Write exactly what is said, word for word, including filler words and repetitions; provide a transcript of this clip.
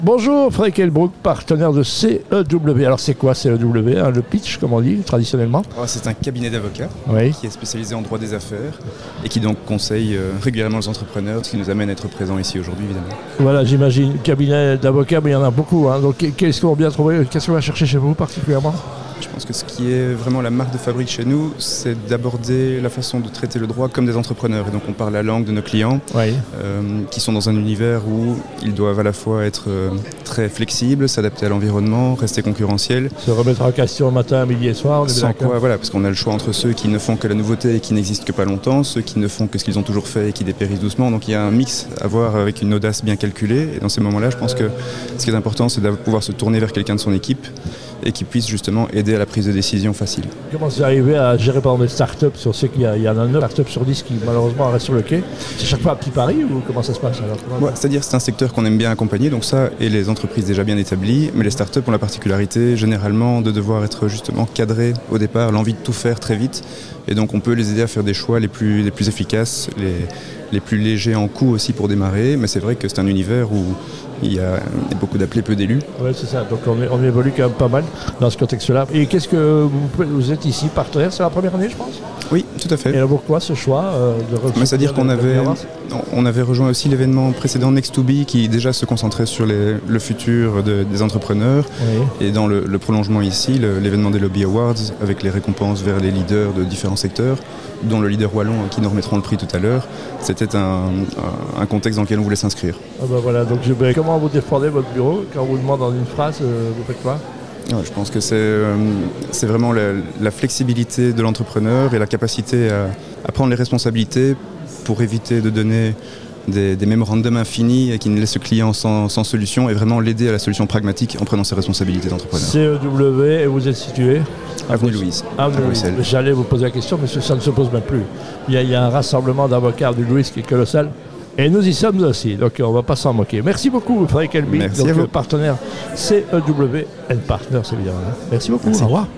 Bonjour, Frédéric Elbrook, partenaire de C E W. Alors c'est quoi C E W, hein, le pitch comme on dit traditionnellement? Oh, c'est un cabinet d'avocats oui. qui est spécialisé en droit des affaires et qui donc conseille euh, régulièrement les entrepreneurs, ce qui nous amène à être présents ici aujourd'hui évidemment. Voilà, j'imagine, cabinet d'avocats, mais il y en a beaucoup. Hein. Donc qu'est-ce qu'on va bien trouver, qu'est-ce qu'on va chercher chez vous particulièrement? Je pense que ce qui est vraiment la marque de fabrique chez nous, c'est d'aborder la façon de traiter le droit comme des entrepreneurs. Et donc on parle la langue de nos clients, oui. euh, qui sont dans un univers où ils doivent à la fois être euh, très flexibles, s'adapter à l'environnement, rester concurrentiels. Se remettre en question le matin, midi et soir. On est Sans quoi, voilà, parce qu'on a le choix entre ceux qui ne font que la nouveauté et qui n'existent que pas longtemps, ceux qui ne font que ce qu'ils ont toujours fait et qui dépérissent doucement. Donc il y a un mix à voir avec une audace bien calculée. Et dans ces moments-là, je pense que ce qui est important, c'est de pouvoir se tourner vers quelqu'un de son équipe et qui puisse justement aider à la prise de décision facile. Comment vous arrivez à gérer par exemple des startups? On sait qu'il y, y en a neuf startups sur dix qui malheureusement restent sur le quai. C'est chaque fois un petit pari ou comment ça se passe alors? Ouais, c'est-à-dire c'est un secteur qu'on aime bien accompagner, donc ça, et les entreprises déjà bien établies, mais les startups ont la particularité généralement de devoir être justement cadrées au départ, l'envie de tout faire très vite, et donc on peut les aider à faire des choix les plus, les plus efficaces, les, les plus légers en coût aussi pour démarrer, mais c'est vrai que c'est un univers où il y a beaucoup d'appelés, peu d'élus. Oui, c'est ça. Donc on, est, on évolue quand même pas mal dans ce contexte-là. Et qu'est-ce que vous, vous êtes ici partenaire? C'est la première année, je pense? Oui, tout à fait. Et alors pourquoi ce choix euh, de recruter? C'est-à-dire qu'on avait, on avait rejoint aussi l'événement précédent Next to Be qui déjà se concentrait sur les, le futur de, des entrepreneurs. Oui. Et dans le, le prolongement ici, le, l'événement des Lobby Awards avec les récompenses vers les leaders de différents secteurs, dont le leader wallon qui nous remettront le prix tout à l'heure. C'était un, un, un contexte dans lequel on voulait s'inscrire. Ah ben voilà, donc je, ben, comment vous défendez votre bureau? Quand on vous demande en une phrase, euh, vous faites quoi? Ouais, je pense que c'est, euh, c'est vraiment la, la flexibilité de l'entrepreneur et la capacité à, à prendre les responsabilités pour éviter de donner des, des mémorandums infinis qui ne laissent le client sans, sans solution et vraiment l'aider à la solution pragmatique en prenant ses responsabilités d'entrepreneur. C E W, et vous êtes situé Avenue Louise, à Bruxelles. J'allais vous poser la question, mais ça ne se pose même plus. Il y a, il y a un rassemblement d'avocats à Louise qui est colossal. Et nous y sommes aussi, donc on ne va pas s'en moquer. Merci beaucoup, Frédéric Elbrook, donc partenaire C E W and Partners, évidemment. Merci beaucoup, Merci. Au revoir.